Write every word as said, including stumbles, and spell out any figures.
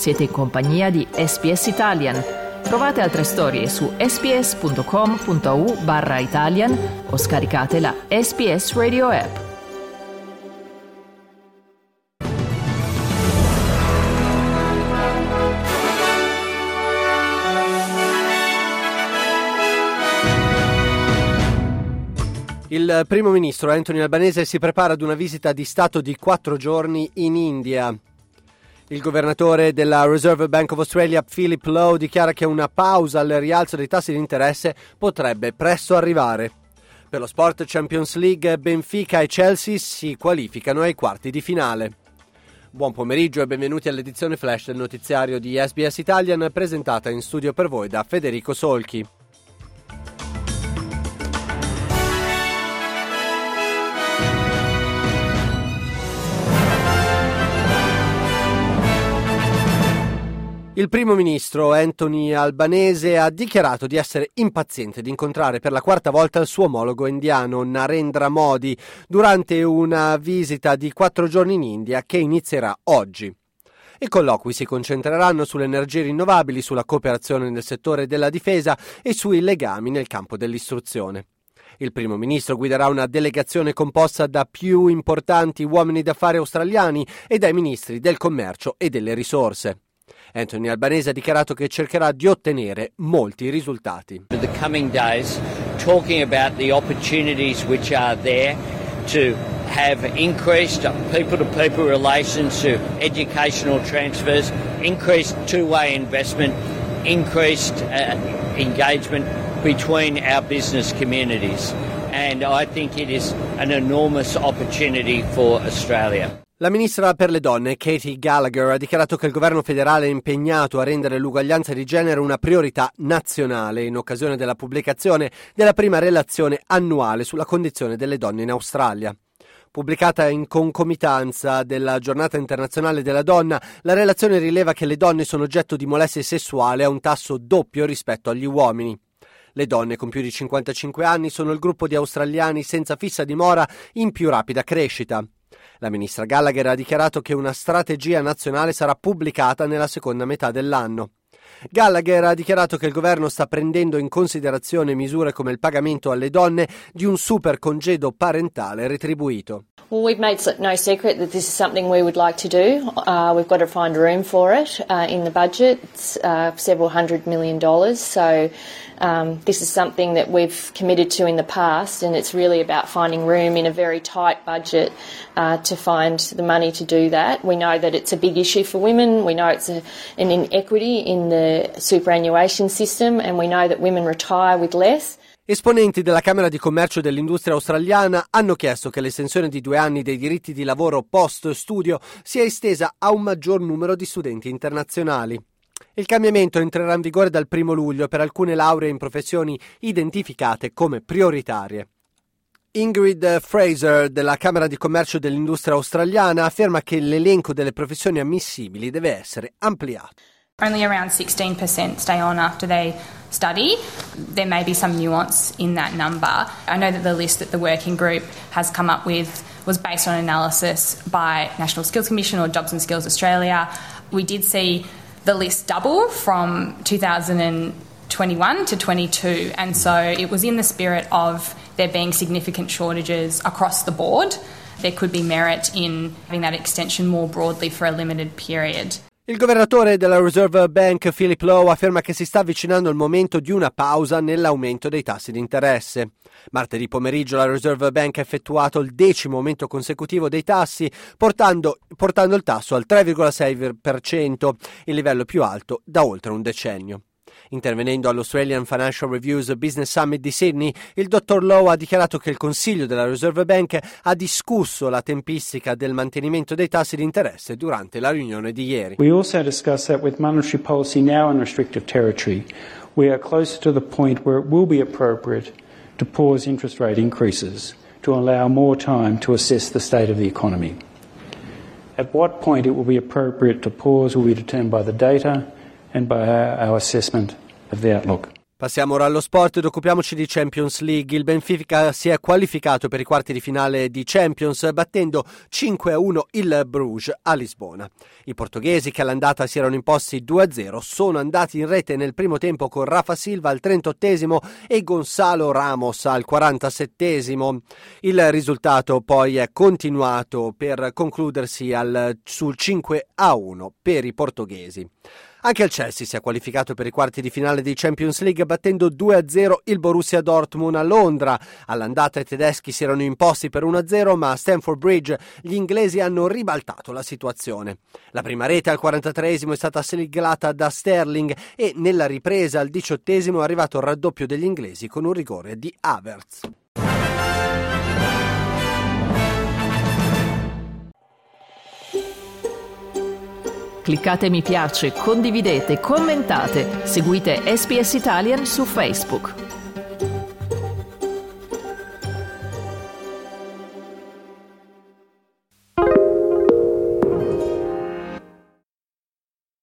Siete in compagnia di S B S Italian. Trovate altre storie su sbs.com.au barra Italian o scaricate la S B S Radio app. Il primo ministro Anthony Albanese si prepara ad una visita di Stato di quattro giorni in India. Il governatore della Reserve Bank of Australia, Philip Lowe, dichiara che una pausa al rialzo dei tassi di interesse potrebbe presto arrivare. Per lo Sport Champions League, Benfica e Chelsea si qualificano ai quarti di finale. Buon pomeriggio e benvenuti all'edizione flash del notiziario di S B S Italian, presentata in studio per voi da Federico Solchi. Il primo ministro Anthony Albanese ha dichiarato di essere impaziente di incontrare per la quarta volta il suo omologo indiano Narendra Modi durante una visita di quattro giorni in India che inizierà oggi. I colloqui si concentreranno sulle energie rinnovabili, sulla cooperazione nel settore della difesa e sui legami nel campo dell'istruzione. Il primo ministro guiderà una delegazione composta da più importanti uomini d'affari australiani e dai ministri del commercio e delle risorse. Anthony Albanese ha dichiarato che cercherà di ottenere molti risultati. For the coming days, talking about the opportunities which are there to have increased people-to-people relations, to educational transfers, increased two-way investment, increased uh, engagement between our business communities. And I think it is an enormous opportunity for Australia. La ministra per le donne, Katie Gallagher, ha dichiarato che il governo federale è impegnato a rendere l'uguaglianza di genere una priorità nazionale in occasione della pubblicazione della prima relazione annuale sulla condizione delle donne in Australia. Pubblicata in concomitanza della Giornata internazionale della donna, la relazione rileva che le donne sono oggetto di molestie sessuali a un tasso doppio rispetto agli uomini. Le donne con più di cinquantacinque anni sono il gruppo di australiani senza fissa dimora in più rapida crescita. La ministra Gallagher ha dichiarato che una strategia nazionale sarà pubblicata nella seconda metà dell'anno. Gallagher ha dichiarato che il governo sta prendendo in considerazione misure come il pagamento alle donne di un super congedo parentale retribuito. Well, we've made no secret that this is something we would like to do. Uh, we've got to find room for it uh, in the budget. It's uh, several hundred million dollars. So um, this is something that we've committed to in the past, and it's really about finding room in a very tight budget uh, to find the money to do that. We know that it's a big issue for women. We know it's a, an inequity in the superannuation system, and we know that women retire with less. Esponenti della Camera di Commercio dell'Industria Australiana hanno chiesto che l'estensione di due anni dei diritti di lavoro post-studio sia estesa a un maggior numero di studenti internazionali. Il cambiamento entrerà in vigore dal primo luglio per alcune lauree in professioni identificate come prioritarie. Ingrid Fraser della Camera di Commercio dell'Industria Australiana afferma che l'elenco delle professioni ammissibili deve essere ampliato. Only around sixteen percent stay on after they study. There may be some nuance in that number. I know that the list that the working group has come up with was based on analysis by National Skills Commission or Jobs and Skills Australia. We did see the list double from two thousand twenty-one to twenty-two, and so it was in the spirit of there being significant shortages across the board. There could be merit in having that extension more broadly for a limited period. Il governatore della Reserve Bank, Philip Lowe, afferma che si sta avvicinando il momento di una pausa nell'aumento dei tassi di interesse. Martedì pomeriggio la Reserve Bank ha effettuato il decimo aumento consecutivo dei tassi, portando, portando il tasso al tre virgola sei per cento, il livello più alto da oltre un decennio. Intervenendo all'Australian Financial Review's Business Summit di Sydney, il dottor Lowe ha dichiarato che il Consiglio della Reserve Bank ha discusso la tempistica del mantenimento dei tassi di interesse durante la riunione di ieri. We also discussed that with monetary policy now in restrictive territory, we are closer to the point where it will be appropriate to pause interest rate increases to allow more time to assess the state of the economy. At what point it will be appropriate to pause will be determined by the data and by our assessment of the outlook. Passiamo ora allo sport ed occupiamoci di Champions League. Il Benfica si è qualificato per i quarti di finale di Champions battendo cinque a uno il Bruges a Lisbona. I portoghesi, che all'andata si erano imposti due a zero, sono andati in rete nel primo tempo con Rafa Silva al trentottesimo e Gonzalo Ramos al quarantasettesimo. Il risultato poi è continuato per concludersi al, sul cinque a uno per i portoghesi. Anche il Chelsea si è qualificato per i quarti di finale di Champions League battendo due a zero il Borussia Dortmund a Londra. All'andata i tedeschi si erano imposti per uno a zero, ma a Stamford Bridge gli inglesi hanno ribaltato la situazione. La prima rete al quarantatreesimo è stata siglata da Sterling e nella ripresa al diciottesimo è arrivato il raddoppio degli inglesi con un rigore di Havertz. Cliccate mi piace, condividete, commentate, seguite S B S Italian su Facebook.